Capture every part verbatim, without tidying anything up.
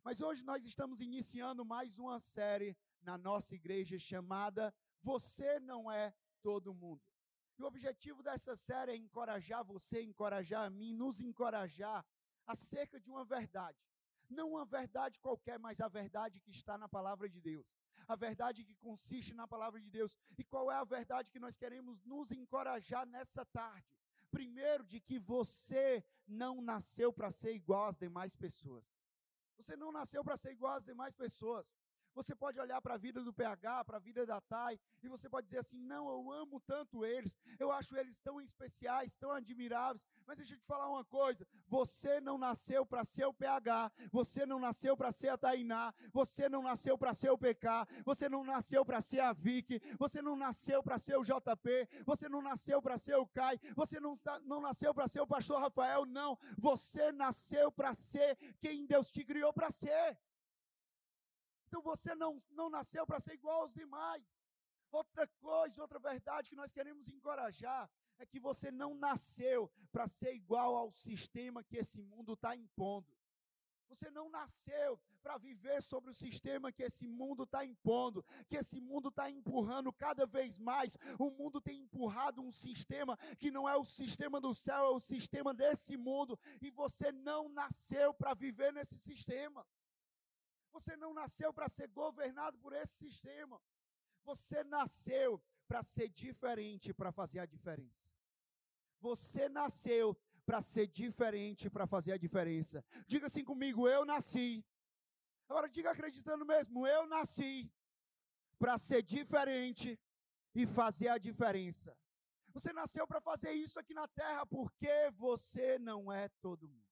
Mas hoje nós estamos iniciando mais uma série na nossa igreja chamada Você Não É Todo Mundo. E o objetivo dessa série é encorajar você, encorajar a mim, nos encorajar acerca de uma verdade. Não uma verdade qualquer, mas a verdade que está na palavra de Deus. A verdade que consiste na palavra de Deus. E qual é a verdade que nós queremos nos encorajar nessa tarde? Primeiro, de que você não nasceu para ser igual às demais pessoas. Você não nasceu para ser igual às demais pessoas. Você pode olhar para a vida do P H, para a vida da Thay, e você pode dizer assim, não, eu amo tanto eles, eu acho eles tão especiais, tão admiráveis, mas deixa eu te falar uma coisa, você não nasceu para ser o P H, você não nasceu para ser a Tainá, você não nasceu para ser o P K, você não nasceu para ser a Vicky, você não nasceu para ser o J P, você não nasceu para ser o Kai, você não, não nasceu para ser o pastor Rafael, não, você nasceu para ser quem Deus te criou para ser. Então você não, não nasceu para ser igual aos demais. Outra coisa, outra verdade que nós queremos encorajar é que você não nasceu para ser igual ao sistema que esse mundo está impondo. Você não nasceu para viver sobre o sistema que esse mundo está impondo, que esse mundo está empurrando cada vez mais. O mundo tem empurrado um sistema que não é o sistema do céu, é o sistema desse mundo. E você não nasceu para viver nesse sistema. Você não nasceu para ser governado por esse sistema. Você nasceu para ser diferente, para fazer a diferença. Você nasceu para ser diferente, para fazer a diferença. Diga assim comigo, eu nasci. Agora diga acreditando mesmo, eu nasci para ser diferente e fazer a diferença. Você nasceu para fazer isso aqui na terra, porque você não é todo mundo.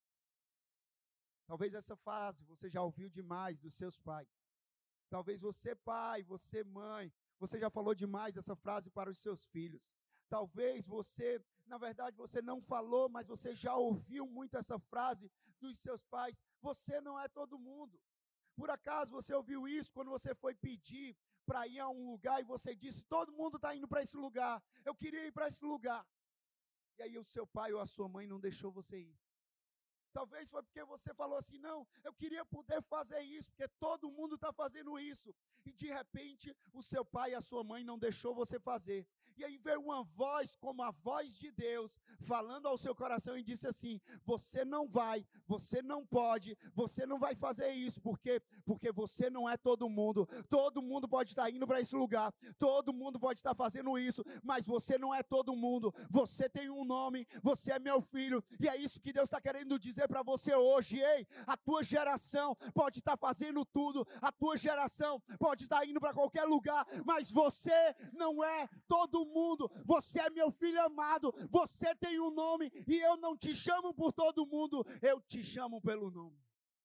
Talvez essa frase você já ouviu demais dos seus pais. Talvez você, pai, você, mãe, você já falou demais essa frase para os seus filhos. Talvez você, na verdade, você não falou, mas você já ouviu muito essa frase dos seus pais. Você não é todo mundo. Por acaso você ouviu isso quando você foi pedir para ir a um lugar e você disse, todo mundo está indo para esse lugar, eu queria ir para esse lugar. E aí o seu pai ou a sua mãe não deixou você ir. Talvez foi porque você falou assim, não, eu queria poder fazer isso, porque todo mundo está fazendo isso. E de repente, o seu pai e a sua mãe não deixou você fazer. E aí veio uma voz, como a voz de Deus, falando ao seu coração e disse assim, você não vai, você não pode, você não vai fazer isso, porque, porque você não é todo mundo. Todo mundo pode estar indo para esse lugar, todo mundo pode estar fazendo isso, mas você não é todo mundo. Você tem um nome, você é meu filho, e é isso que Deus está querendo dizer para você hoje, ei, a tua geração pode estar fazendo tudo, a tua geração pode estar indo para qualquer lugar, mas você não é todo mundo, você é meu filho amado, você tem um nome, e eu não te chamo por todo mundo, eu te chamo pelo nome.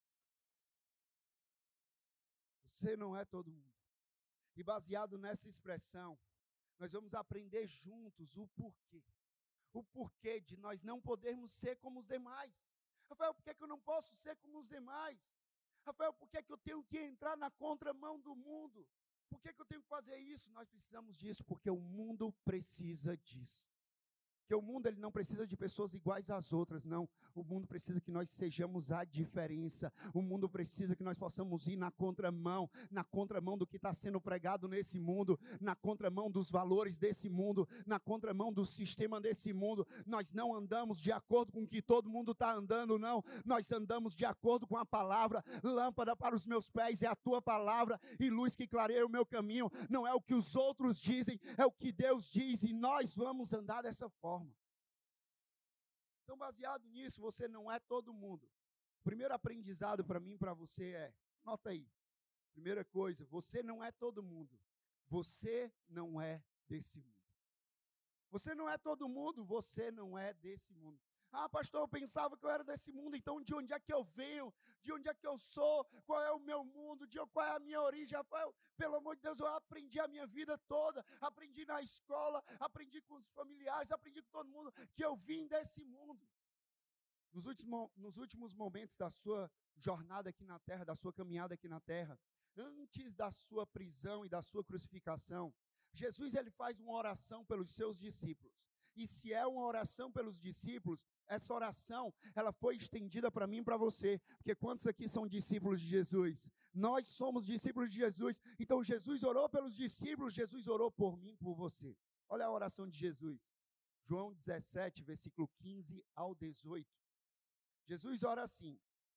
Você não é todo mundo. E baseado nessa expressão, nós vamos aprender juntos o porquê, o porquê de nós não podermos ser como os demais. Rafael, por que, que eu não posso ser como os demais? Rafael, por que, que eu tenho que entrar na contramão do mundo? Por que, que eu tenho que fazer isso? Nós precisamos disso, porque o mundo precisa disso. Porque o mundo ele não precisa de pessoas iguais às outras, não. O mundo precisa que nós sejamos a diferença. O mundo precisa que nós possamos ir na contramão, na contramão do que está sendo pregado nesse mundo, na contramão dos valores desse mundo, na contramão do sistema desse mundo. Nós não andamos de acordo com o que todo mundo está andando, não. Nós andamos de acordo com a palavra. Lâmpada para os meus pés é a tua palavra e luz que clareia o meu caminho. Não é o que os outros dizem, é o que Deus diz e nós vamos andar dessa forma. Então, baseado nisso, você não é todo mundo. O primeiro aprendizado para mim e para você é, nota aí, primeira coisa, você não é todo mundo. Você não é desse mundo. Você não é todo mundo, você não é desse mundo. Ah, pastor, eu pensava que eu era desse mundo, então de onde é que eu venho? De onde é que eu sou? Qual é o meu mundo? De qual é a minha origem? Rafael, pelo amor de Deus, eu aprendi a minha vida toda, aprendi na escola, aprendi com os familiares, aprendi com todo mundo, que eu vim desse mundo. Nos últimos, nos últimos momentos da sua jornada aqui na terra, da sua caminhada aqui na terra, antes da sua prisão e da sua crucificação, Jesus ele faz uma oração pelos seus discípulos. E se é uma oração pelos discípulos, essa oração, ela foi estendida para mim e para você. Porque quantos aqui são discípulos de Jesus? Nós somos discípulos de Jesus. Então Jesus orou pelos discípulos, Jesus orou por mim, por você. Olha a oração de Jesus. João dezessete, versículo quinze ao dezoito. Jesus ora assim: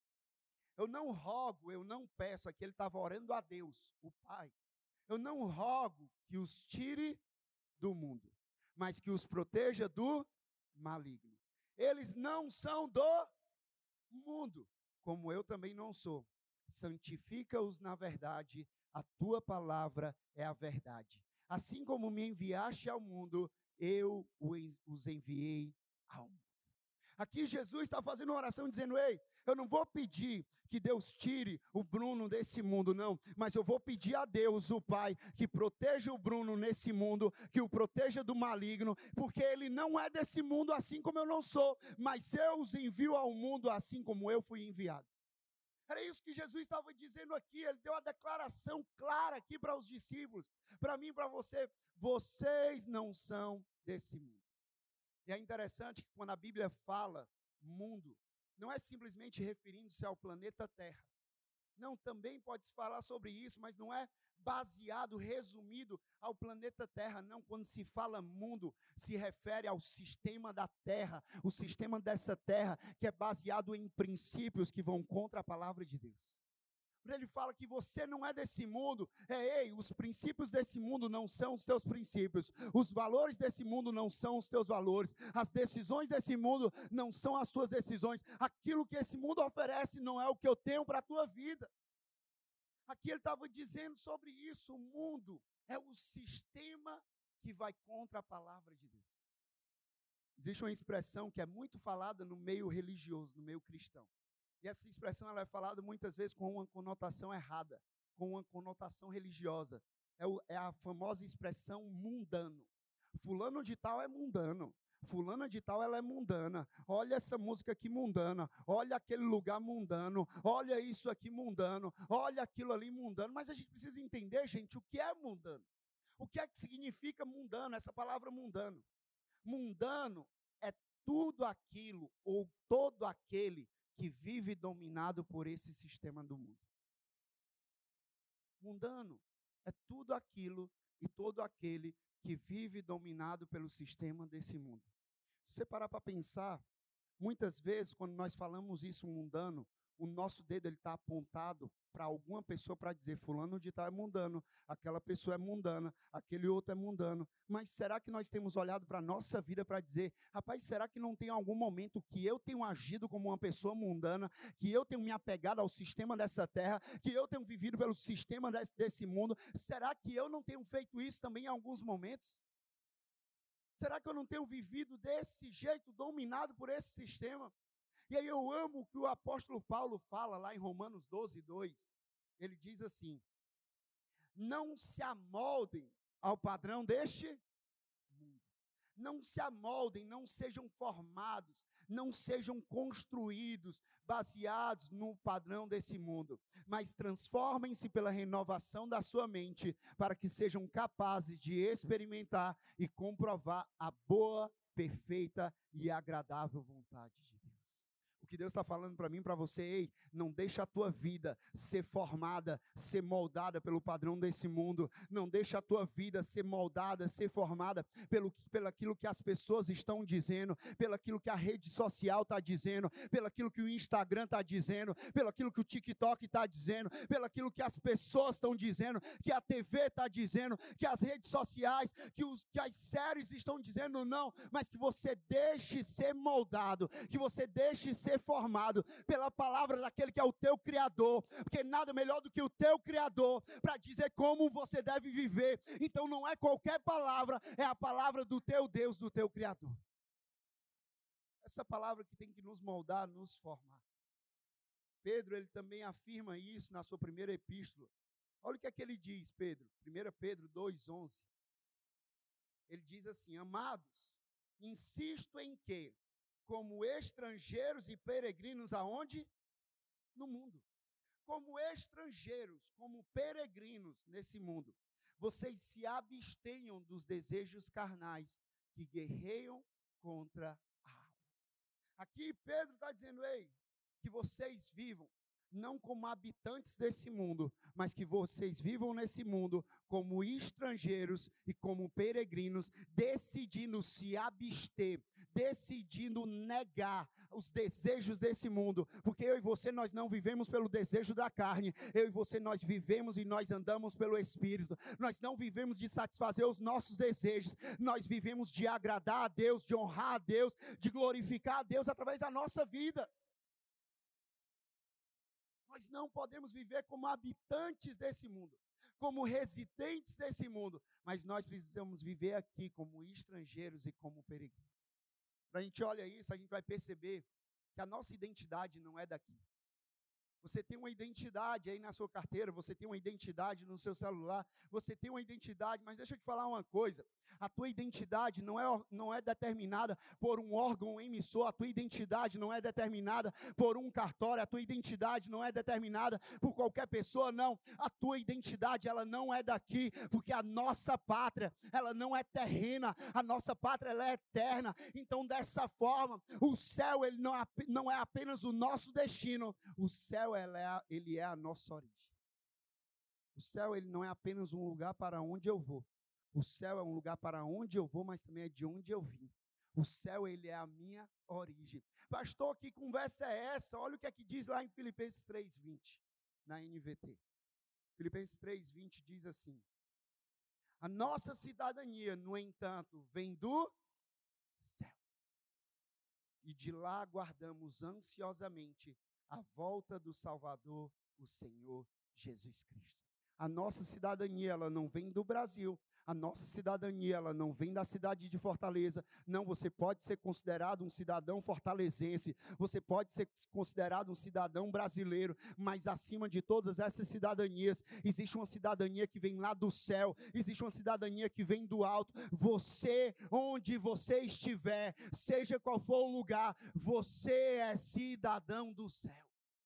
eu não rogo, eu não peço, aqui ele estava orando a Deus, o Pai. Eu não rogo que os tire do mundo, mas que os proteja do maligno. Eles não são do mundo, como eu também não sou. Santifica-os na verdade, a tua palavra é a verdade. Assim como me enviaste ao mundo, eu os enviei ao mundo. Aqui Jesus está fazendo uma oração dizendo: ei, eu não vou pedir que Deus tire o Bruno desse mundo, não, mas eu vou pedir a Deus, o Pai, que proteja o Bruno nesse mundo, que o proteja do maligno, porque ele não é desse mundo assim como eu não sou, mas eu os envio ao mundo assim como eu fui enviado. Era isso que Jesus estava dizendo aqui. Ele deu a declaração clara aqui para os discípulos, para mim e para você: vocês não são desse mundo. E é interessante que quando a Bíblia fala mundo, não é simplesmente referindo-se ao planeta Terra. Não, também pode se falar sobre isso, mas não é baseado, resumido ao planeta Terra. Não, quando se fala mundo, se refere ao sistema da Terra, o sistema dessa Terra que é baseado em princípios que vão contra a palavra de Deus. Quando ele fala que você não é desse mundo, é, ei, os princípios desse mundo não são os teus princípios, os valores desse mundo não são os teus valores, as decisões desse mundo não são as tuas decisões, aquilo que esse mundo oferece não é o que eu tenho para a tua vida. Aqui ele estava dizendo sobre isso: o mundo é o sistema que vai contra a palavra de Deus. Existe uma expressão que é muito falada no meio religioso, no meio cristão. E essa expressão ela é falada muitas vezes com uma conotação errada, com uma conotação religiosa. É, o, é a famosa expressão mundano. Fulano de tal é mundano. Fulana de tal, ela é mundana. Olha essa música aqui mundana. Olha aquele lugar mundano. Olha isso aqui mundano. Olha aquilo ali mundano. Mas a gente precisa entender, gente, o que é mundano. O que é que significa mundano, essa palavra mundano? Mundano é tudo aquilo ou todo aquele que vive dominado por esse sistema do mundo. Mundano é tudo aquilo e todo aquele que vive dominado pelo sistema desse mundo. Se você parar para pensar, muitas vezes quando nós falamos isso mundano, o nosso dedo está apontado para alguma pessoa para dizer: fulano de tal é mundano, aquela pessoa é mundana, aquele outro é mundano. Mas será que nós temos olhado para a nossa vida para dizer: rapaz, será que não tem algum momento que eu tenho agido como uma pessoa mundana, que eu tenho me apegado ao sistema dessa terra, que eu tenho vivido pelo sistema desse, desse mundo? Será que eu não tenho feito isso também em alguns momentos? Será que eu não tenho vivido desse jeito, dominado por esse sistema? E aí eu amo o que o apóstolo Paulo fala lá em Romanos doze, dois. Ele diz assim: não se amoldem ao padrão deste mundo. Não se amoldem, não sejam formados, não sejam construídos, baseados no padrão desse mundo, mas transformem-se pela renovação da sua mente, para que sejam capazes de experimentar e comprovar a boa, perfeita e agradável vontade de Deus. O que Deus está falando para mim e para você: ei, não deixa a tua vida ser formada, ser moldada pelo padrão desse mundo. Não deixa a tua vida ser moldada, ser formada pelo, pelo aquilo que as pessoas estão dizendo, pelo aquilo que a rede social está dizendo, pelo aquilo que o Instagram está dizendo, pelo aquilo que o TikTok está dizendo, pelo aquilo que as pessoas estão dizendo, que a T V está dizendo, que as redes sociais, que, os, que as séries estão dizendo. Não, mas que você deixe ser moldado, que você deixe ser formado pela palavra daquele que é o teu Criador, porque nada melhor do que o teu Criador para dizer como você deve viver. Então não é qualquer palavra, é a palavra do teu Deus, do teu Criador. Essa palavra que tem que nos moldar, nos formar. Pedro, ele também afirma isso na sua primeira epístola. Olha o que é que ele diz, Pedro, primeira Pedro dois, onze. Ele diz assim: amados, insisto em que, como estrangeiros e peregrinos aonde? No mundo. Como estrangeiros, como peregrinos nesse mundo, vocês se abstenham dos desejos carnais que guerreiam contra a alma. Aqui Pedro está dizendo, ei, que vocês vivam não como habitantes desse mundo, mas que vocês vivam nesse mundo como estrangeiros e como peregrinos, decidindo se abster, decidindo negar os desejos desse mundo, porque eu e você, nós não vivemos pelo desejo da carne, eu e você, nós vivemos e nós andamos pelo Espírito, nós não vivemos de satisfazer os nossos desejos, nós vivemos de agradar a Deus, de honrar a Deus, de glorificar a Deus através da nossa vida. Nós não podemos viver como habitantes desse mundo, como residentes desse mundo, mas nós precisamos viver aqui como estrangeiros e como peregrinos. Quando a gente olha isso, a gente vai perceber que a nossa identidade não é daqui. Você tem uma identidade aí na sua carteira, você tem uma identidade no seu celular, você tem uma identidade, mas deixa eu te falar uma coisa, a tua identidade não é, não é determinada por um órgão emissor, a tua identidade não é determinada por um cartório, a tua identidade não é determinada por qualquer pessoa, não, a tua identidade ela não é daqui, porque a nossa pátria, ela não é terrena, a nossa pátria ela é eterna, então dessa forma, o céu ele não, não é apenas o nosso destino, o céu Ele é, ele é a nossa origem. O céu ele não é apenas um lugar para onde eu vou. O céu é um lugar para onde eu vou, mas também é de onde eu vim. O céu ele é a minha origem. Pastor, que conversa é essa? Olha o que é que diz lá em Filipenses três, vinte, na N V T. Filipenses três, vinte diz assim: a nossa cidadania, no entanto, vem do céu. E de lá aguardamos ansiosamente a volta do Salvador, o Senhor Jesus Cristo. A nossa cidadania, ela não vem do Brasil. A nossa cidadania, ela não vem da cidade de Fortaleza. Não, você pode ser considerado um cidadão fortalezense. Você pode ser considerado um cidadão brasileiro. Mas acima de todas essas cidadanias, existe uma cidadania que vem lá do céu. Existe uma cidadania que vem do alto. Você, onde você estiver, seja qual for o lugar, você é cidadão do céu.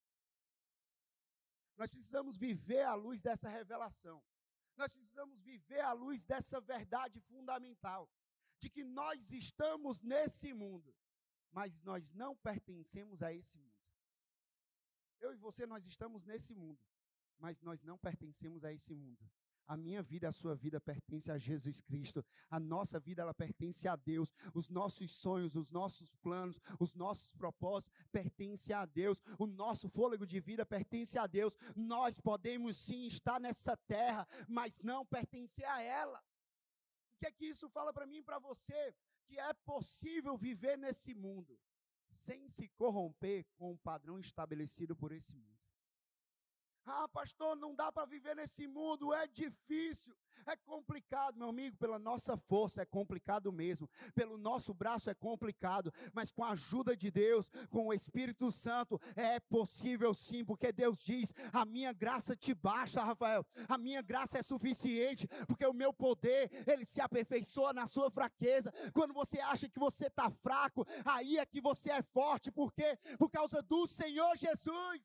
Nós precisamos viver à luz dessa revelação. Nós precisamos viver à luz dessa verdade fundamental, de que nós estamos nesse mundo, mas nós não pertencemos a esse mundo. Eu e você, nós estamos nesse mundo, mas nós não pertencemos a esse mundo. A minha vida, a sua vida pertence a Jesus Cristo. A nossa vida, ela pertence a Deus. Os nossos sonhos, os nossos planos, os nossos propósitos pertencem a Deus. O nosso fôlego de vida pertence a Deus. Nós podemos sim estar nessa terra, mas não pertencer a ela. O que é que isso fala para mim e para você? Que é possível viver nesse mundo sem se corromper com o padrão estabelecido por esse mundo. Ah, pastor, não dá para viver nesse mundo, é difícil, é complicado, meu amigo, pela nossa força é complicado mesmo, pelo nosso braço é complicado, mas com a ajuda de Deus, com o Espírito Santo, é possível sim, porque Deus diz, a minha graça te basta, Rafael, a minha graça é suficiente, porque o meu poder, ele se aperfeiçoa na sua fraqueza. Quando você acha que você está fraco, aí é que você é forte, por quê? Por causa do Senhor Jesus.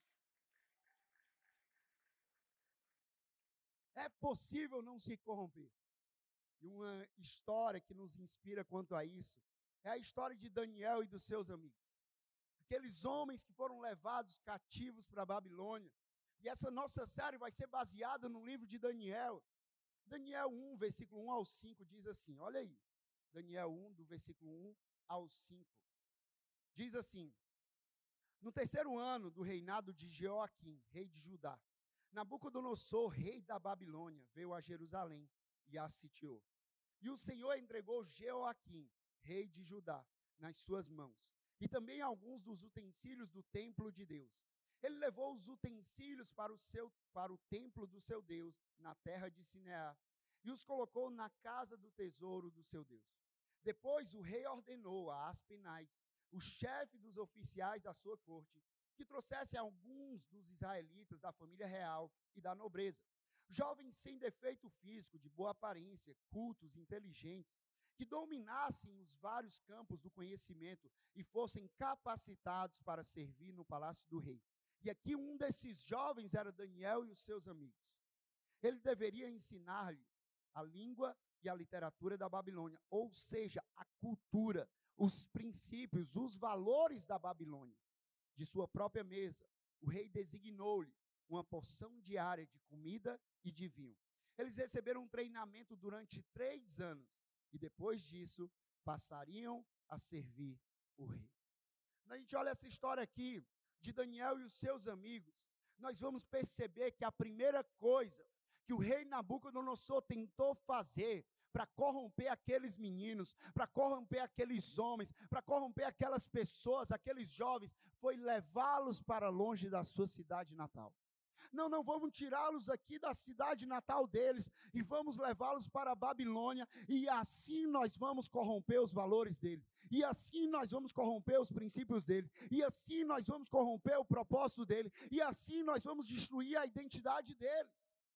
É possível não se corromper. E uma história que nos inspira quanto a isso é a história de Daniel e dos seus amigos. Aqueles homens que foram levados cativos para a Babilônia. E essa nossa série vai ser baseada no livro de Daniel. Daniel um, versículo um ao cinco, diz assim, olha aí. Daniel um, do versículo um ao cinco. Diz assim: no terceiro ano do reinado de Jeoaquim, rei de Judá, Nabucodonosor, rei da Babilônia, veio a Jerusalém e a sitiou. E o Senhor entregou Jeoaquim, rei de Judá, nas suas mãos, e também alguns dos utensílios do templo de Deus. Ele levou os utensílios para o, seu, para o templo do seu Deus, na terra de Sineá, e os colocou na casa do tesouro do seu Deus. Depois o rei ordenou a Aspenaz, o chefe dos oficiais da sua corte, que trouxesse alguns dos israelitas da família real e da nobreza, jovens sem defeito físico, de boa aparência, cultos, inteligentes, que dominassem os vários campos do conhecimento e fossem capacitados para servir no palácio do rei. E aqui um desses jovens era Daniel e os seus amigos. Ele deveria ensinar-lhe a língua e a literatura da Babilônia, ou seja, a cultura, os princípios, os valores da Babilônia. De sua própria mesa, o rei designou-lhe uma porção diária de comida e de vinho. Eles receberam um treinamento durante três anos e depois disso passariam a servir o rei. Quando a gente olha essa história aqui de Daniel e os seus amigos, nós vamos perceber que a primeira coisa que o rei Nabucodonosor tentou fazer para corromper aqueles meninos, para corromper aqueles homens, para corromper aquelas pessoas, aqueles jovens, foi levá-los para longe da sua cidade natal. Não, não, vamos tirá-los aqui da cidade natal deles e vamos levá-los para a Babilônia, e assim nós vamos corromper os valores deles, e assim nós vamos corromper os princípios deles, e assim nós vamos corromper o propósito deles, e assim nós vamos destruir a identidade deles.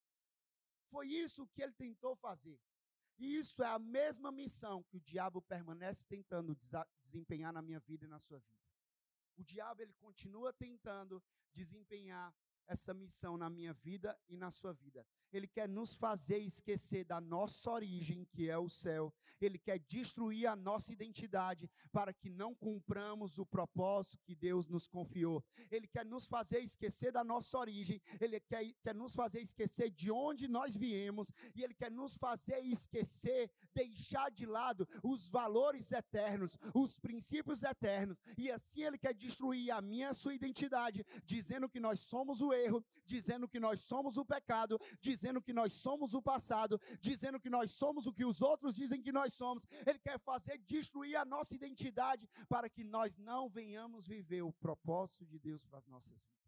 Foi isso que ele tentou fazer. E isso é a mesma missão que o diabo permanece tentando desempenhar na minha vida e na sua vida. O diabo, ele continua tentando desempenhar essa missão na minha vida e na sua vida. Ele quer nos fazer esquecer da nossa origem, que é o céu. Ele quer destruir a nossa identidade para que não cumpramos o propósito que Deus nos confiou. Ele quer nos fazer esquecer da nossa origem. Ele quer, quer nos fazer esquecer de onde nós viemos. E Ele quer nos fazer esquecer, deixar de lado os valores eternos, os princípios eternos. E assim Ele quer destruir a minha e a sua identidade, dizendo que nós somos o erro, dizendo que nós somos o pecado, dizendo que nós somos o passado, dizendo que nós somos o que os outros dizem que nós somos. Ele quer fazer destruir a nossa identidade para que nós não venhamos viver o propósito de Deus para as nossas vidas.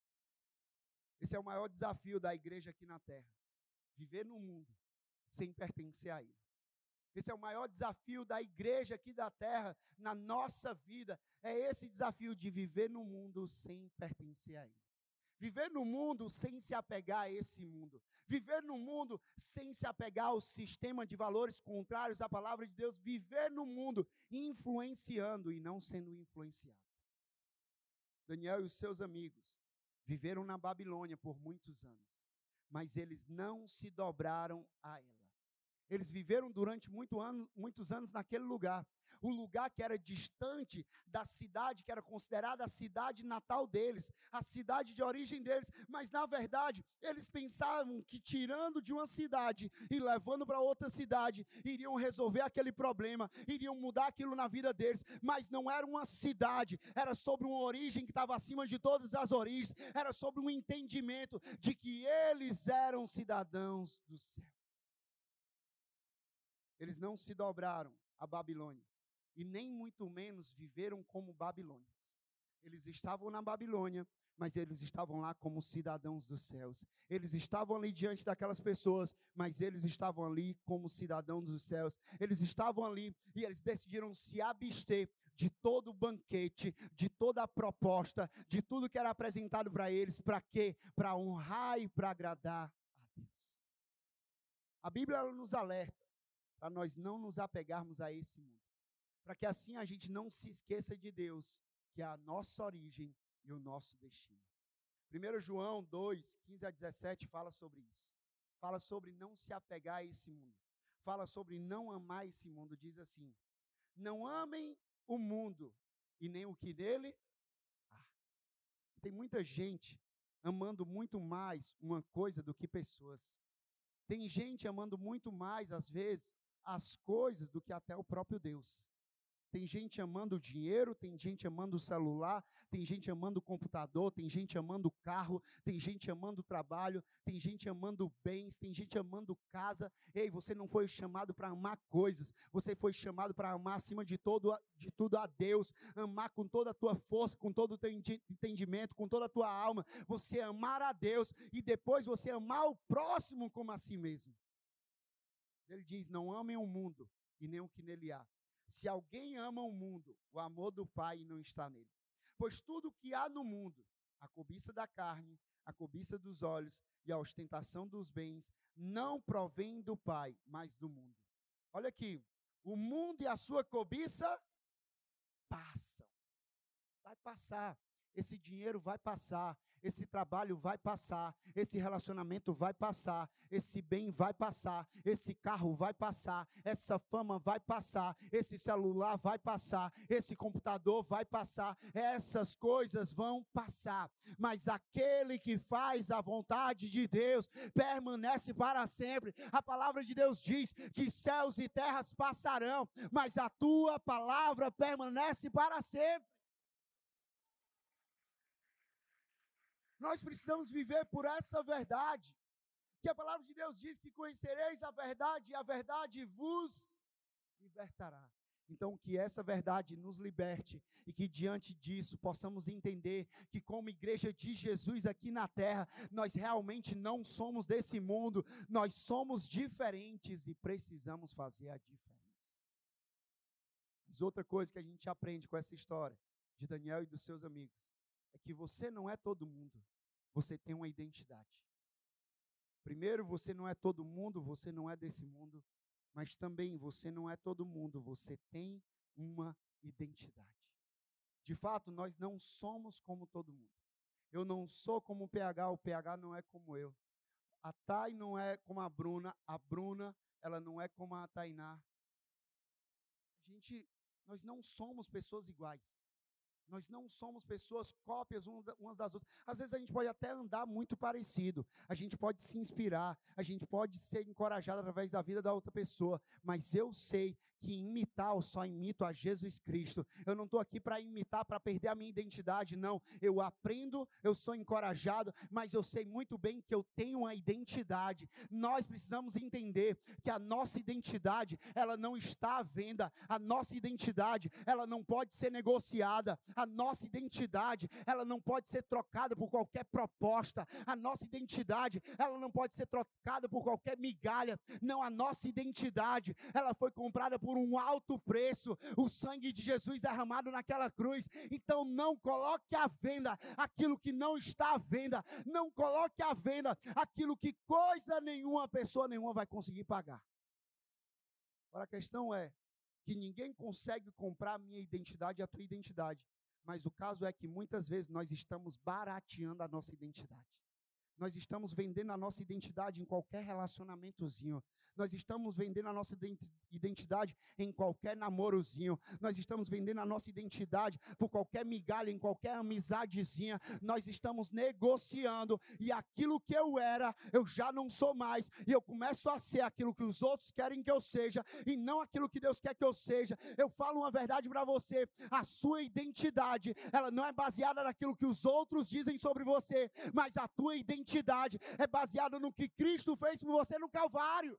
Esse é o maior desafio da igreja aqui na terra, viver no mundo sem pertencer a Ele. Esse é o maior desafio da igreja aqui da terra, na nossa vida, é esse desafio de viver no mundo sem pertencer a Ele. Viver no mundo sem se apegar a esse mundo. Viver no mundo sem se apegar ao sistema de valores contrários à palavra de Deus. Viver no mundo influenciando e não sendo influenciado. Daniel e os seus amigos viveram na Babilônia por muitos anos, mas eles não se dobraram a ela. Eles viveram durante muito ano, muitos anos naquele lugar. O lugar que era distante da cidade, que era considerada a cidade natal deles, a cidade de origem deles. Mas, na verdade, eles pensavam que tirando de uma cidade e levando para outra cidade, iriam resolver aquele problema, iriam mudar aquilo na vida deles. Mas não era uma cidade, era sobre uma origem que estava acima de todas as origens, era sobre um entendimento de que eles eram cidadãos do céu. Eles não se dobraram à Babilônia e nem muito menos viveram como babilônios. Eles estavam na Babilônia, mas eles estavam lá como cidadãos dos céus. Eles estavam ali diante daquelas pessoas, mas eles estavam ali como cidadãos dos céus. Eles estavam ali e eles decidiram se abster de todo o banquete, de toda a proposta, de tudo que era apresentado para eles. Para quê? Para honrar e para agradar a Deus. A Bíblia ela nos alerta para nós não nos apegarmos a esse mundo, para que assim a gente não se esqueça de Deus, que é a nossa origem e o nosso destino. primeiro João dois, quinze a dezessete fala sobre isso. Fala sobre não se apegar a esse mundo. Fala sobre não amar esse mundo. Diz assim: não amem o mundo e nem o que nele há. Tem muita gente amando muito mais uma coisa do que pessoas. Tem gente amando muito mais, às vezes, as coisas do que até o próprio Deus. Tem gente amando o dinheiro, tem gente amando o celular, tem gente amando o computador, tem gente amando o carro, tem gente amando o trabalho, tem gente amando bens, tem gente amando casa. Ei, você não foi chamado para amar coisas, você foi chamado para amar acima de, todo, de tudo a Deus, amar com toda a tua força, com todo o teu entendimento, com toda a tua alma, você amar a Deus e depois você amar o próximo como a si mesmo. Ele diz: não amem o mundo e nem o que nele há. Se alguém ama o mundo, o amor do Pai não está nele. Pois tudo o que há no mundo, a cobiça da carne, a cobiça dos olhos e a ostentação dos bens, não provém do Pai, mas do mundo. Olha aqui, o mundo e a sua cobiça passam. Vai passar. esse dinheiro vai passar, esse trabalho vai passar, esse relacionamento vai passar, esse bem vai passar, esse carro vai passar, essa fama vai passar, esse celular vai passar, esse computador vai passar, essas coisas vão passar, mas aquele que faz a vontade de Deus permanece para sempre. A palavra de Deus diz que céus e terras passarão, mas a tua palavra permanece para sempre. Nós precisamos viver por essa verdade, que a palavra de Deus diz que conhecereis a verdade e a verdade vos libertará. Então, que essa verdade nos liberte e que diante disso possamos entender que como igreja de Jesus aqui na terra, nós realmente não somos desse mundo, nós somos diferentes e precisamos fazer a diferença. Mas outra coisa que a gente aprende com essa história de Daniel e dos seus amigos, é que você não é todo mundo, você tem uma identidade. Primeiro, você não é todo mundo, você não é desse mundo, mas também você não é todo mundo, você tem uma identidade. De fato, nós não somos como todo mundo. Eu não sou como o P H, o P H não é como eu. A Thay não é como a Bruna, a Bruna, ela não é como a Tainá. A gente, nós não somos pessoas iguais. Nós não somos pessoas cópias umas das outras. Às vezes a gente pode até andar muito parecido, a gente pode se inspirar, a gente pode ser encorajado através da vida da outra pessoa, mas eu sei que imitar eu só imito a Jesus Cristo. Eu não estou aqui para imitar, para perder a minha identidade, não. Eu aprendo, eu sou encorajado, mas eu sei muito bem que eu tenho uma identidade. Nós precisamos entender que a nossa identidade, ela não está à venda, a nossa identidade, ela não pode ser negociada. A nossa identidade, ela não pode ser trocada por qualquer proposta. A nossa identidade, ela não pode ser trocada por qualquer migalha. Não, a nossa identidade, ela foi comprada por um alto preço. O sangue de Jesus derramado naquela cruz. Então não coloque à venda aquilo que não está à venda. Não coloque à venda aquilo que coisa nenhuma, pessoa nenhuma vai conseguir pagar. Agora a questão é que ninguém consegue comprar a minha identidade e a tua identidade. Mas o caso é que muitas vezes nós estamos barateando a nossa identidade. Nós estamos vendendo a nossa identidade em qualquer relacionamentozinho. Nós estamos vendendo a nossa identidade em qualquer namorozinho. Nós estamos vendendo a nossa identidade por qualquer migalha, em qualquer amizadezinha. Nós estamos negociando e aquilo que eu era, eu já não sou mais. E eu começo a ser aquilo que os outros querem que eu seja e não aquilo que Deus quer que eu seja. Eu falo uma verdade para você. A sua identidade, ela não é baseada naquilo que os outros dizem sobre você, mas a tua identidade identidade é baseada no que Cristo fez por você no Calvário.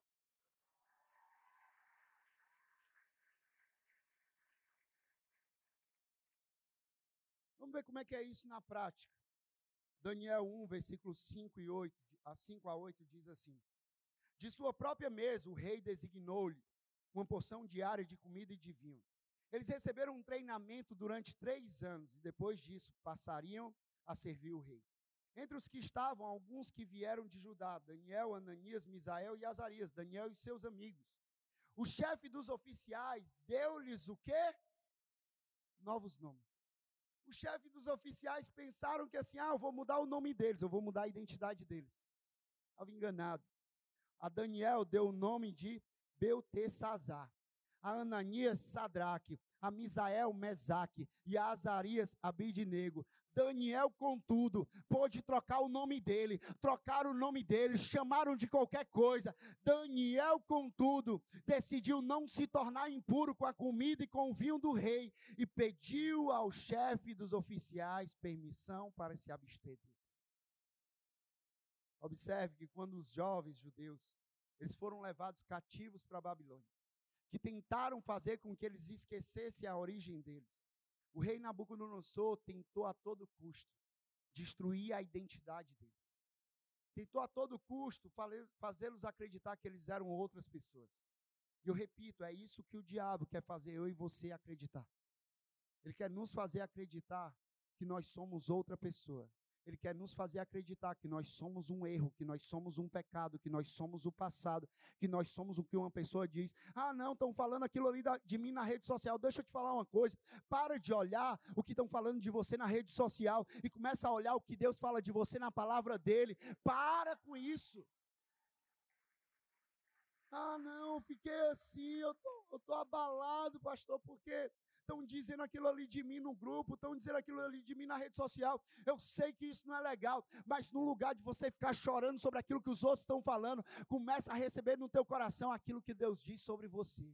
Vamos ver como é que é isso na prática. Daniel um, versículos cinco e oito, a cinco a oito diz assim: de sua própria mesa o rei designou-lhe uma porção diária de comida e de vinho. Eles receberam um treinamento durante três anos e depois disso passariam a servir o rei. Entre os que estavam, alguns que vieram de Judá, Daniel, Ananias, Misael e Azarias, Daniel e seus amigos. O chefe dos oficiais deu-lhes o quê? Novos nomes. O chefe dos oficiais pensaram que assim, ah, eu vou mudar o nome deles, eu vou mudar a identidade deles. Estava enganado. A Daniel deu o nome de Beltesazar. A Ananias, Sadraque. A Misael, Mesaque. E a Azarias, Abidnego. Daniel, contudo, pôde trocar o nome dele, trocar o nome dele, chamaram de qualquer coisa. Daniel, contudo, decidiu não se tornar impuro com a comida e com o vinho do rei e pediu ao chefe dos oficiais permissão para se abster deles. Observe que quando os jovens judeus, eles foram levados cativos para a Babilônia, que tentaram fazer com que eles esquecessem a origem deles, o rei Nabucodonosor tentou a todo custo destruir a identidade deles. Tentou a todo custo fazê-los acreditar que eles eram outras pessoas. E eu repito, é isso que o diabo quer fazer eu e você acreditar. Ele quer nos fazer acreditar que nós somos outra pessoa, Ele quer nos fazer acreditar que nós somos um erro, que nós somos um pecado, que nós somos o passado, que nós somos o que uma pessoa diz. Ah, não, estão falando aquilo ali da, de mim na rede social. Deixa eu te falar uma coisa. Para de olhar o que estão falando de você na rede social e começa a olhar o que Deus fala de você na palavra dele. Para com isso. Ah, não, fiquei assim, eu tô, eu tô abalado, pastor, porque estão dizendo aquilo ali de mim no grupo, estão dizendo aquilo ali de mim na rede social. Eu sei que isso não é legal, mas no lugar de você ficar chorando sobre aquilo que os outros estão falando, começa a receber no teu coração aquilo que Deus diz sobre você.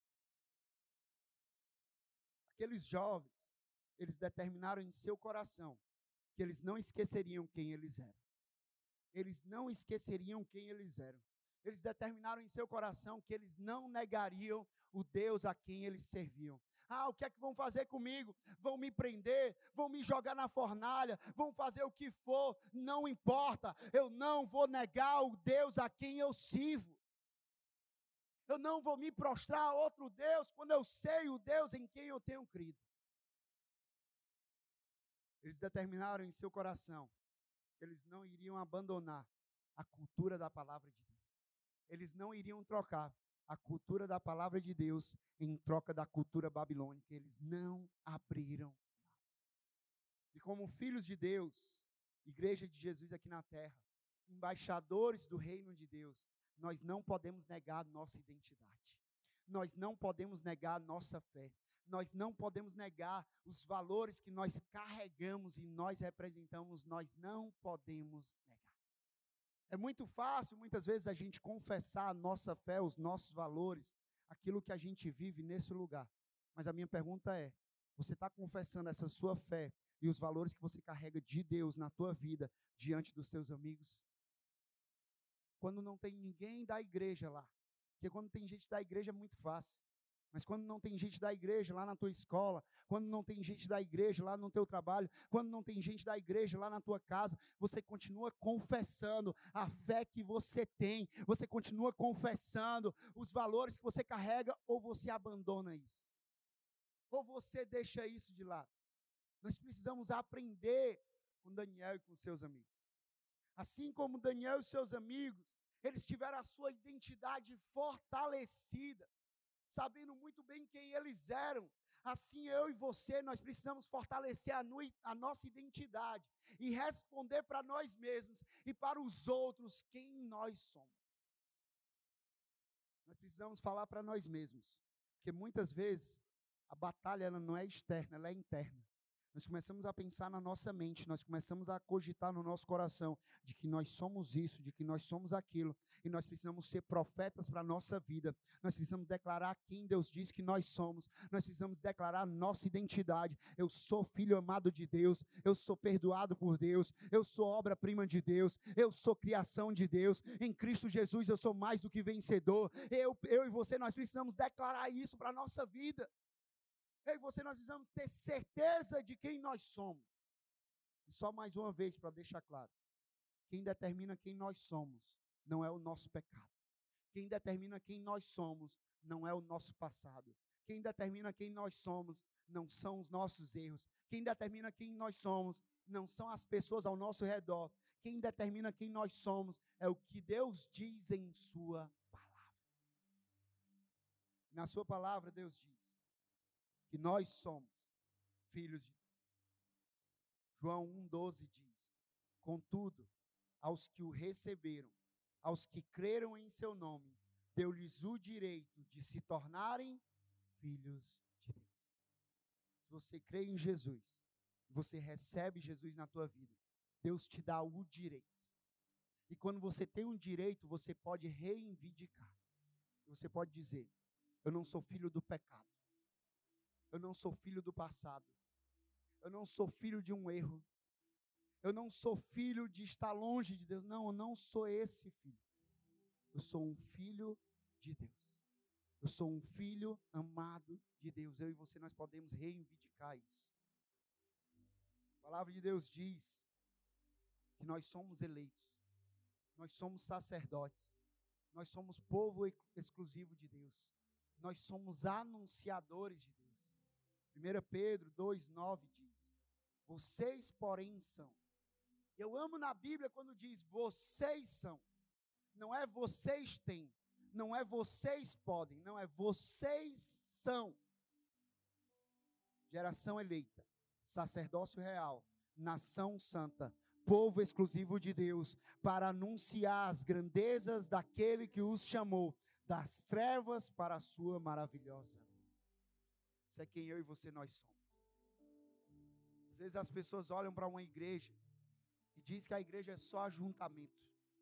Aqueles jovens, eles determinaram em seu coração que eles não esqueceriam quem eles eram. Eles não esqueceriam quem eles eram. Eles determinaram em seu coração que eles não negariam o Deus a quem eles serviam. Ah, o que é que vão fazer comigo? Vão me prender, vão me jogar na fornalha, vão fazer o que for, não importa. Eu não vou negar o Deus a quem eu sirvo. Eu não vou me prostrar a outro Deus quando eu sei o Deus em quem eu tenho crido. Eles determinaram em seu coração que eles não iriam abandonar a cultura da palavra de Deus. Eles não iriam trocar a cultura da palavra de Deus em troca da cultura babilônica. Eles não abriram mão. E como filhos de Deus, igreja de Jesus aqui na terra, embaixadores do reino de Deus, nós não podemos negar nossa identidade. Nós não podemos negar nossa fé. Nós não podemos negar os valores que nós carregamos e nós representamos. Nós não podemos negar. É muito fácil, muitas vezes, a gente confessar a nossa fé, os nossos valores, aquilo que a gente vive nesse lugar. Mas a minha pergunta é, você está confessando essa sua fé e os valores que você carrega de Deus na tua vida, diante dos teus amigos? Quando não tem ninguém da igreja lá, porque quando tem gente da igreja é muito fácil. Mas quando não tem gente da igreja lá na tua escola, quando não tem gente da igreja lá no teu trabalho, quando não tem gente da igreja lá na tua casa, você continua confessando a fé que você tem, você continua confessando os valores que você carrega, ou você abandona isso, ou você deixa isso de lado. Nós precisamos aprender com Daniel e com seus amigos. Assim como Daniel e seus amigos, eles tiveram a sua identidade fortalecida, sabendo muito bem quem eles eram. Assim eu e você, nós precisamos fortalecer a, nu- a nossa identidade e responder para nós mesmos e para os outros quem nós somos. Nós precisamos falar para nós mesmos, porque muitas vezes a batalha ela não é externa, ela é interna. Nós começamos a pensar na nossa mente, nós começamos a cogitar no nosso coração de que nós somos isso, de que nós somos aquilo, e nós precisamos ser profetas para a nossa vida. Nós precisamos declarar quem Deus diz que nós somos, nós precisamos declarar nossa identidade. Eu sou filho amado de Deus, eu sou perdoado por Deus, eu sou obra-prima de Deus, eu sou criação de Deus, em Cristo Jesus eu sou mais do que vencedor. Eu, eu e você, nós precisamos declarar isso para a nossa vida. Eu e você, nós precisamos ter certeza de quem nós somos. E só mais uma vez, para deixar claro, quem determina quem nós somos não é o nosso pecado. Quem determina quem nós somos não é o nosso passado. Quem determina quem nós somos não são os nossos erros. Quem determina quem nós somos não são as pessoas ao nosso redor. Quem determina quem nós somos é o que Deus diz em sua palavra. Na sua palavra, Deus diz que nós somos filhos de Deus. João um, doze diz: contudo, aos que o receberam, aos que creram em seu nome, deu-lhes o direito de se tornarem filhos de Deus. Se você crê em Jesus, você recebe Jesus na tua vida, Deus te dá o direito. E quando você tem um direito, você pode reivindicar. Você pode dizer: eu não sou filho do pecado. Eu não sou filho do passado. Eu não sou filho de um erro. Eu não sou filho de estar longe de Deus. Não, eu não sou esse filho. Eu sou um filho de Deus. Eu sou um filho amado de Deus. Eu e você, nós podemos reivindicar isso. A palavra de Deus diz que nós somos eleitos. Nós somos sacerdotes. Nós somos povo exclusivo de Deus. Nós somos anunciadores de Deus. primeira Pedro dois, nove diz: vocês, porém, são Eu amo na Bíblia quando diz, vocês são. Não é vocês têm, não é vocês podem, não é vocês são. Geração eleita, sacerdócio real, nação santa, povo exclusivo de Deus, para anunciar as grandezas daquele que os chamou, das trevas para a sua maravilhosa luz. Isso é quem eu e você nós somos. Às vezes as pessoas olham para uma igreja e dizem que a igreja é só ajuntamento.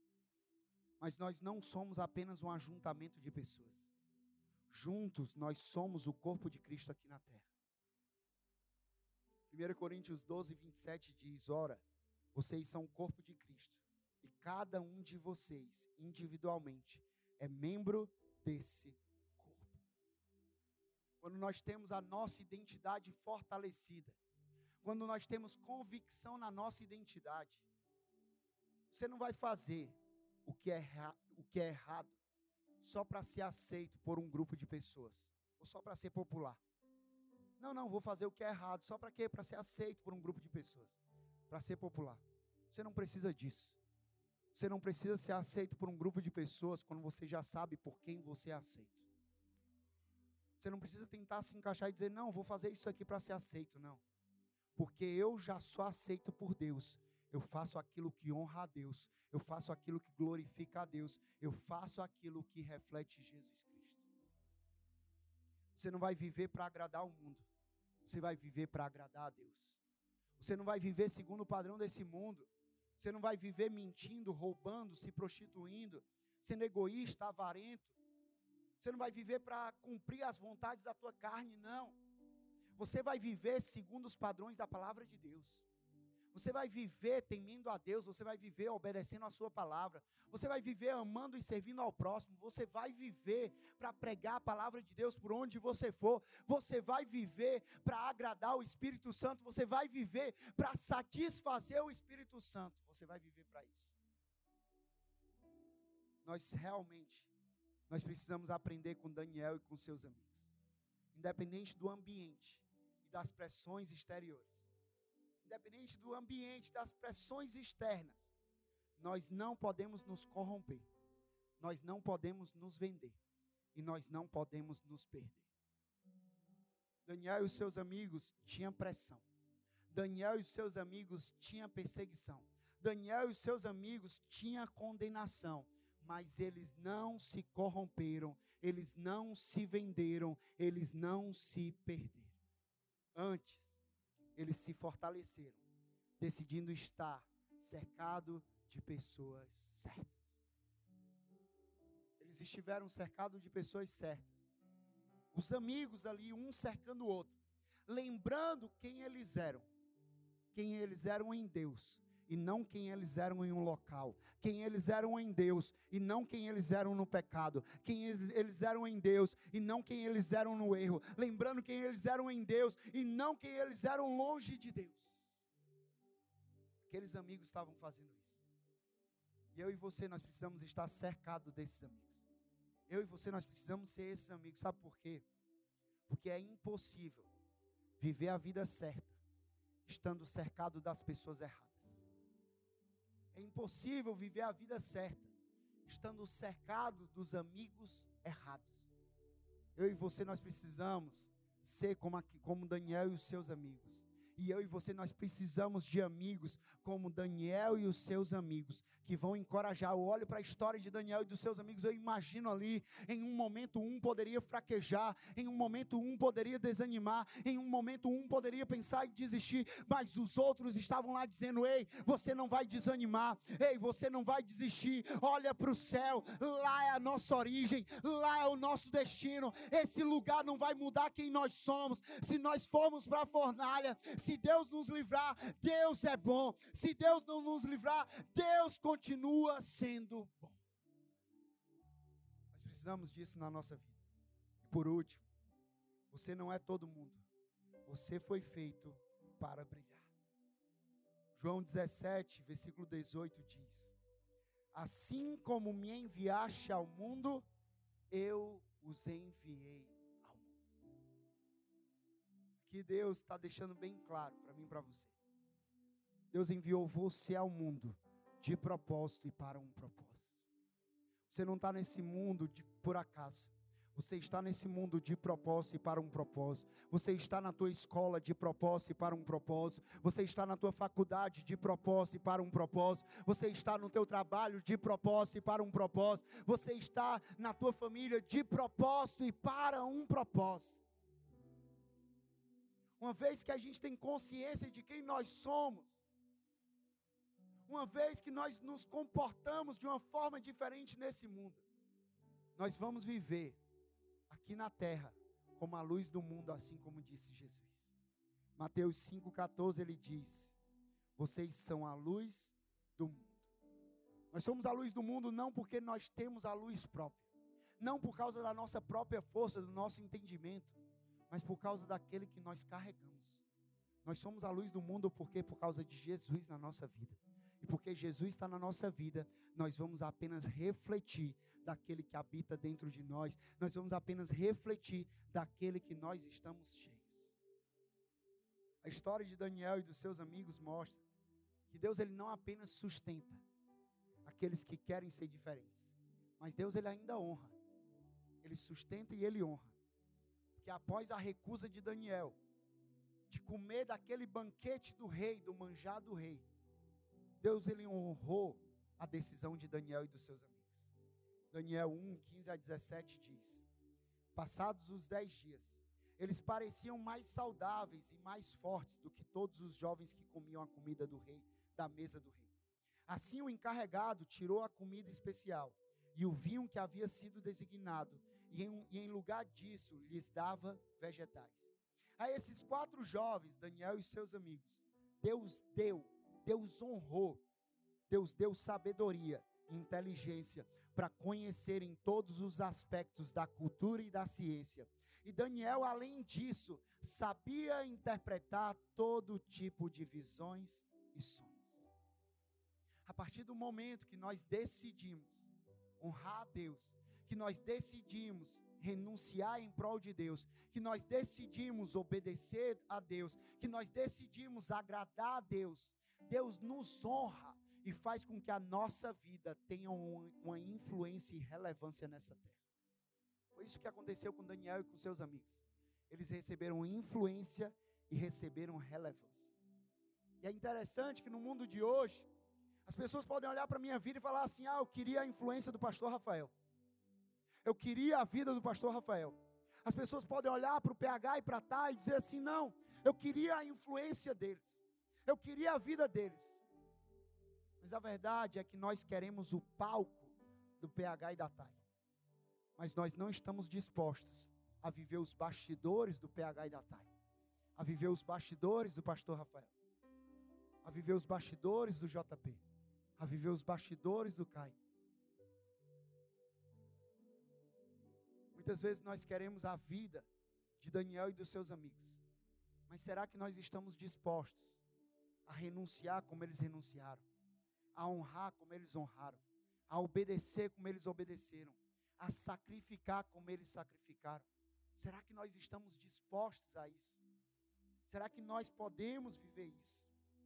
Mas nós não somos apenas um ajuntamento de pessoas. Juntos nós somos o corpo de Cristo aqui na terra. primeira Coríntios doze, vinte e sete diz, ora, vocês são o corpo de Cristo, e cada um de vocês, individualmente, é membro desse corpo. Quando nós temos a nossa identidade fortalecida, quando nós temos convicção na nossa identidade, você não vai fazer o que é, o que é errado só para ser aceito por um grupo de pessoas, ou só para ser popular. Não, não, vou fazer o que é errado, só para quê? Para ser aceito por um grupo de pessoas, para ser popular. Você não precisa disso. Você não precisa ser aceito por um grupo de pessoas quando você já sabe por quem você é aceito. Você não precisa tentar se encaixar e dizer, não, vou fazer isso aqui para ser aceito, não. Porque eu já sou aceito por Deus. Eu faço aquilo que honra a Deus. Eu faço aquilo que glorifica a Deus. Eu faço aquilo que reflete Jesus Cristo. Você não vai viver para agradar o mundo. Você vai viver para agradar a Deus. Você não vai viver segundo o padrão desse mundo. Você não vai viver mentindo, roubando, se prostituindo, sendo egoísta, avarento. Você não vai viver para cumprir as vontades da tua carne, não. Você vai viver segundo os padrões da palavra de Deus. Você vai viver temendo a Deus, você vai viver obedecendo a sua palavra, você vai viver amando e servindo ao próximo, você vai viver para pregar a palavra de Deus por onde você for, você vai viver para agradar o Espírito Santo, você vai viver para satisfazer o Espírito Santo, você vai viver para isso. Nós realmente, nós precisamos aprender com Daniel e com seus amigos, independente do ambiente e das pressões exteriores. Independente do ambiente, das pressões externas, nós não podemos nos corromper, nós não podemos nos vender, e nós não podemos nos perder. Daniel e os seus amigos tinham pressão, Daniel e os seus amigos tinham perseguição, Daniel e os seus amigos tinham condenação, mas eles não se corromperam, eles não se venderam, eles não se perderam. Antes, eles se fortaleceram, decidindo estar cercado de pessoas certas. Eles estiveram cercados de pessoas certas. Os amigos ali, um cercando o outro, lembrando quem eles eram. Quem eles eram em Deus, e não quem eles eram em um local. Quem eles eram em Deus, e não quem eles eram no pecado. Quem eles, eles eram em Deus, e não quem eles eram no erro. Lembrando quem eles eram em Deus, e não quem eles eram longe de Deus. Aqueles amigos estavam fazendo isso. E eu e você, nós precisamos estar cercados desses amigos. Eu e você, nós precisamos ser esses amigos. Sabe por quê? Porque é impossível viver a vida certa estando cercado das pessoas erradas. É impossível viver a vida certa estando cercado dos amigos errados. Eu e você, nós precisamos ser como, aqui, como Daniel e os seus amigos. E eu e você, nós precisamos de amigos como Daniel e os seus amigos, que vão encorajar. Eu olho para a história de Daniel e dos seus amigos, eu imagino ali, em um momento um poderia fraquejar, em um momento um poderia desanimar, em um momento um poderia pensar em desistir, mas os outros estavam lá dizendo, ei, você não vai desanimar, ei, você não vai desistir, olha para o céu, lá é a nossa origem, lá é o nosso destino, esse lugar não vai mudar quem nós somos, se nós formos para a fornalha, se Deus nos livrar, Deus é bom. Se Deus não nos livrar, Deus continua sendo bom. Nós precisamos disso na nossa vida. E por último, você não é todo mundo. Você foi feito para brilhar. João dezessete, versículo dezoito diz: assim como me enviaste ao mundo, eu os enviei. Que Deus está deixando bem claro para mim e para você. Deus enviou você ao mundo de propósito e para um propósito. Você não está nesse mundo de, por acaso. Você está nesse mundo de propósito e para um propósito. Você está na tua escola de propósito e para um propósito. Você está na tua faculdade de propósito e para um propósito. Você está no teu trabalho de propósito e para um propósito. Você está na tua família de propósito e para um propósito. Uma vez que a gente tem consciência de quem nós somos, uma vez que nós nos comportamos de uma forma diferente nesse mundo, nós vamos viver aqui na terra como a luz do mundo, assim como disse Jesus. Mateus cinco, catorze, ele diz: vocês são a luz do mundo. Nós somos a luz do mundo não porque nós temos a luz própria, não por causa da nossa própria força, do nosso entendimento, mas por causa daquele que nós carregamos. Nós somos a luz do mundo porque por causa de Jesus na nossa vida. E porque Jesus está na nossa vida, nós vamos apenas refletir daquele que habita dentro de nós. Nós vamos apenas refletir daquele que nós estamos cheios. A história de Daniel e dos seus amigos mostra que Deus, ele não apenas sustenta aqueles que querem ser diferentes, mas Deus, ele ainda honra. Ele sustenta e ele honra. Porque após a recusa de Daniel de comer daquele banquete do rei, do manjar do rei, Deus, ele honrou a decisão de Daniel e dos seus amigos. Daniel um, quinze a dezessete diz: passados os dez dias, eles pareciam mais saudáveis e mais fortes do que todos os jovens que comiam a comida do rei, da mesa do rei. Assim o encarregado tirou a comida especial e o vinho que havia sido designado, e em, e em lugar disso lhes dava vegetais. A esses quatro jovens, Daniel e seus amigos, Deus deu, Deus honrou, Deus deu sabedoria e inteligência para conhecerem todos os aspectos da cultura e da ciência. E Daniel, além disso, sabia interpretar todo tipo de visões e sonhos. A partir do momento que nós decidimos honrar a Deus, que nós decidimos renunciar em prol de Deus, que nós decidimos obedecer a Deus, que nós decidimos agradar a Deus, Deus nos honra e faz com que a nossa vida tenha uma influência e relevância nessa terra. Foi isso que aconteceu com Daniel e com seus amigos. Eles receberam influência e receberam relevância. E é interessante que no mundo de hoje, as pessoas podem olhar para a minha vida e falar assim: ah, eu queria a influência do pastor Rafael. Eu queria a vida do pastor Rafael. As pessoas podem olhar para o P H e para a Thay e dizer assim: não, eu queria a influência deles. Eu queria a vida deles. Mas a verdade é que nós queremos o palco do P H e da Thay. Mas nós não estamos dispostos a viver os bastidores do P H e da Thay. A viver os bastidores do pastor Rafael. A viver os bastidores do J P. A viver os bastidores do Caio. Muitas vezes nós queremos a vida de Daniel e dos seus amigos. Mas será que nós estamos dispostos a renunciar como eles renunciaram? A honrar como eles honraram? A obedecer como eles obedeceram? A sacrificar como eles sacrificaram? Será que nós estamos dispostos a isso? Será que nós podemos viver isso?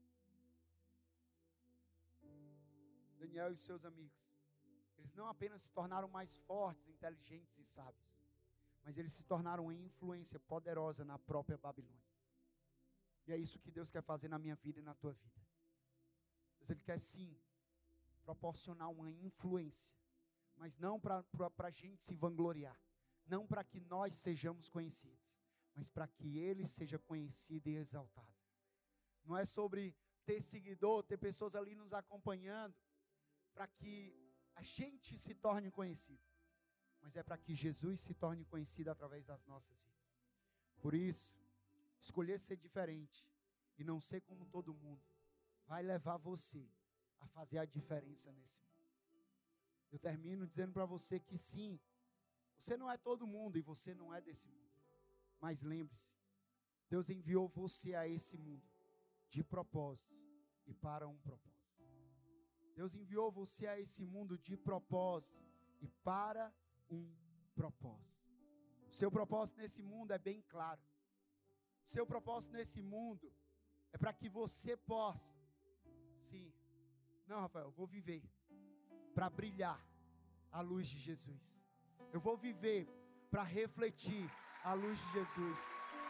Daniel e seus amigos, eles não apenas se tornaram mais fortes, inteligentes e sábios, mas eles se tornaram uma influência poderosa na própria Babilônia. E é isso que Deus quer fazer na minha vida e na tua vida. Deus, Ele quer sim proporcionar uma influência, mas não para a gente se vangloriar, não para que nós sejamos conhecidos, mas para que Ele seja conhecido e exaltado. Não é sobre ter seguidor, ter pessoas ali nos acompanhando, para que a gente se torne conhecido, mas é para que Jesus se torne conhecido através das nossas vidas. Por isso, escolher ser diferente e não ser como todo mundo vai levar você a fazer a diferença nesse mundo. Eu termino dizendo para você que sim, você não é todo mundo e você não é desse mundo. Mas lembre-se, Deus enviou você a esse mundo de propósito e para um propósito. Deus enviou você a esse mundo de propósito e para um propósito. O seu propósito nesse mundo é bem claro. O seu propósito nesse mundo é para que você possa Sim. Não, Rafael, eu vou viver para brilhar a luz de Jesus. Eu vou viver para refletir a luz de Jesus.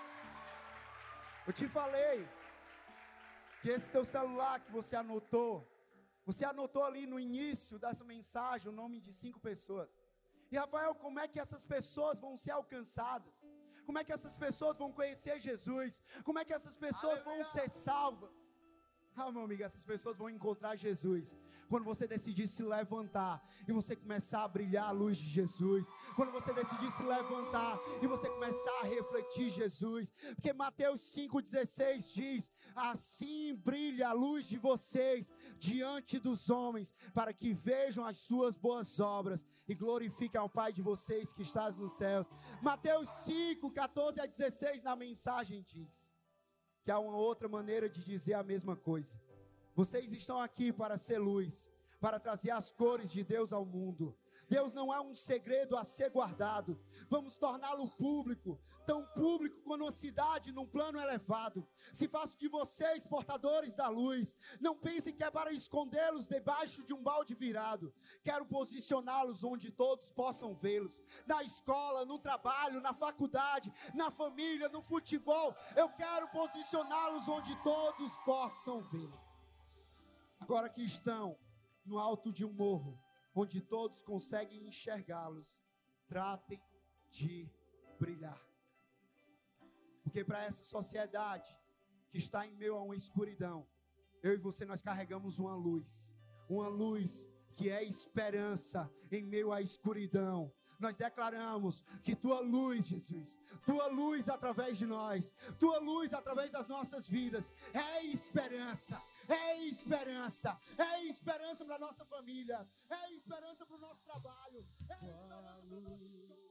Eu te falei que esse teu celular que você anotou, você anotou ali no início dessa mensagem o nome de cinco pessoas. E Rafael, como é que essas pessoas vão ser alcançadas? Como é que essas pessoas vão conhecer Jesus? Como é que essas pessoas Aleluia. Vão ser salvas? Ah, meu amigo, essas pessoas vão encontrar Jesus quando você decidir se levantar e você começar a brilhar a luz de Jesus. Quando você decidir se levantar e você começar a refletir Jesus. Porque Mateus cinco dezesseis diz: assim brilha a luz de vocês diante dos homens, para que vejam as suas boas obras e glorifiquem ao Pai de vocês que está nos céus. Mateus cinco, catorze a dezesseis na mensagem diz que há uma outra maneira de dizer a mesma coisa. Vocês estão aqui para ser luz, para trazer as cores de Deus ao mundo. Deus não é um segredo a ser guardado. Vamos torná-lo público, tão público quanto uma cidade num plano elevado. Se faço de vocês portadores da luz, não pensem que é para escondê-los debaixo de um balde virado. Quero posicioná-los onde todos possam vê-los. Na escola, no trabalho, na faculdade, na família, no futebol. Eu quero posicioná-los onde todos possam vê-los. Agora que estão no alto de um morro, onde todos conseguem enxergá-los, tratem de brilhar. Porque para essa sociedade que está em meio a uma escuridão, eu e você, nós carregamos uma luz, uma luz que é esperança em meio à escuridão. Nós declaramos que tua luz, Jesus, tua luz através de nós, tua luz através das nossas vidas, é esperança, é esperança, é esperança para a nossa família, é esperança para o nosso trabalho, é esperança para o nosso...